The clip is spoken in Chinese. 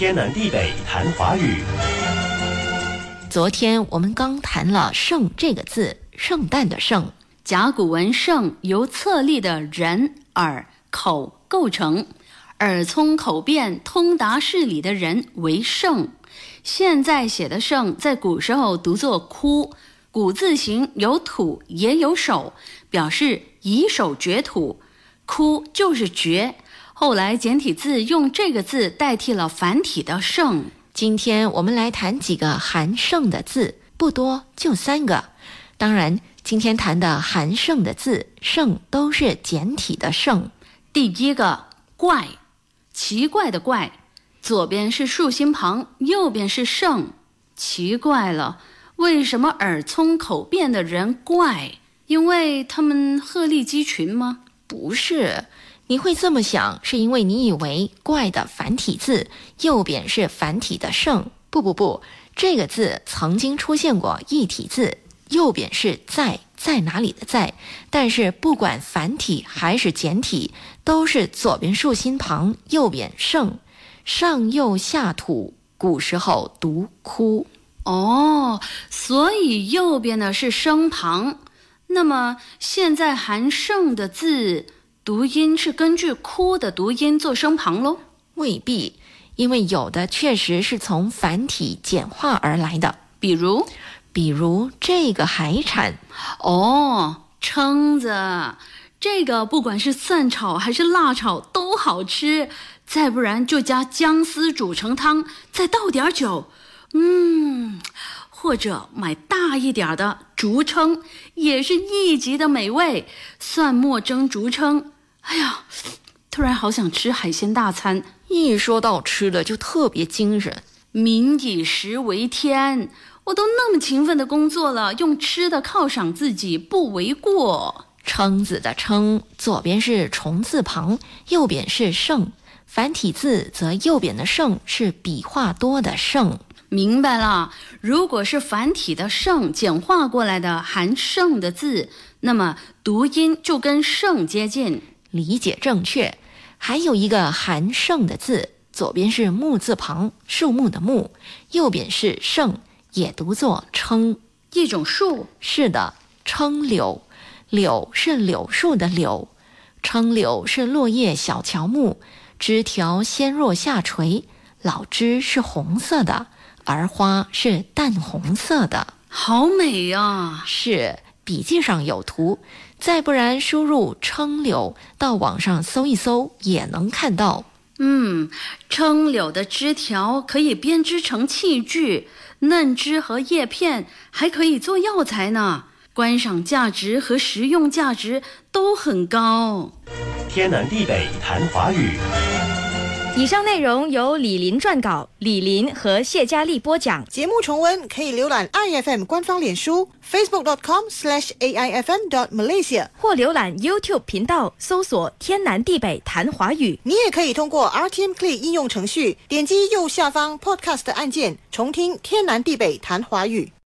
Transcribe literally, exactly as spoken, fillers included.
天南地北谈华语。 昨天我们刚谈了圣这个字，圣诞的圣， 甲骨文圣由册立的人、耳、口构成，耳聪口辩、通达事理的人为圣。现在写的圣在古时候读作哭，古字形有土也有手，表示以手掘土，哭就是掘。后来简体字用这个字代替了繁体的圣。 今天我们来谈几个含圣的字，不多，就三个。当然今天谈的含圣的字，圣都是简体的圣。 第一个怪，奇怪的怪，左边是竖心旁，右边是圣。奇怪了，为什么耳聪口辩的人怪？因为他们鹤立鸡群吗？ 不是，你会这么想，是因为你以为怪的繁体字右边是繁体的圣。不不不，这个字曾经出现过异体字，右边是在，在哪里的在，但是不管繁体还是简体，都是左边竖心旁，右边圣，上右下土，古时候读哭。 哦，所以右边的是声旁。那么现在含圣的字读音是根据哭的读音做声旁咯？ 未必，因为有的确实是从繁体简化而来的。 比如比如这个海产， 哦，蛏子，这个不管是蒜炒还是辣炒都好吃，再不然就加姜丝煮成汤，再倒点酒，嗯，或者买大一点的竹蛏，也是一级的美味。蒜末蒸竹蛏，哎呀，突然好想吃海鲜大餐。 一说到吃的就特别精神。 民以食为天，我都那么勤奋的工作了，用吃的犒赏自己不为过。 蛏子的蛏，左边是虫字旁，右边是圣，繁体字则右边的圣是笔画多的圣。 明白了，如果是繁体的圣简化过来的含圣的字，那么读音就跟圣接近。 理解正确。还有一个含圣的字，左边是木字旁，树木的木，右边是圣，也读作蛏， 一种树。 是的，蛏柳，柳是柳树的柳，蛏柳是落叶小乔木，枝条纤弱下垂，老枝是红色的，而花是淡红色的。 好美啊！ 是，笔记上有图，再不然输入蛏柳到网上搜一搜也能看到。 嗯，蛏柳的枝条可以编织成器具，嫩枝和叶片还可以做药材呢，观赏价值和实用价值都很高。 天南地北谈华语。 以上内容由李林撰稿，李林和谢佳丽播讲。 节目重温可以浏览 I F M 官方脸书 facebook dot com slash A I F M dot Malaysia， 或浏览 YouTube 频道搜索天南地北谈华语。 你也可以通过 R T M Play 应用程序点击右下方 Podcast 按键重听天南地北谈华语。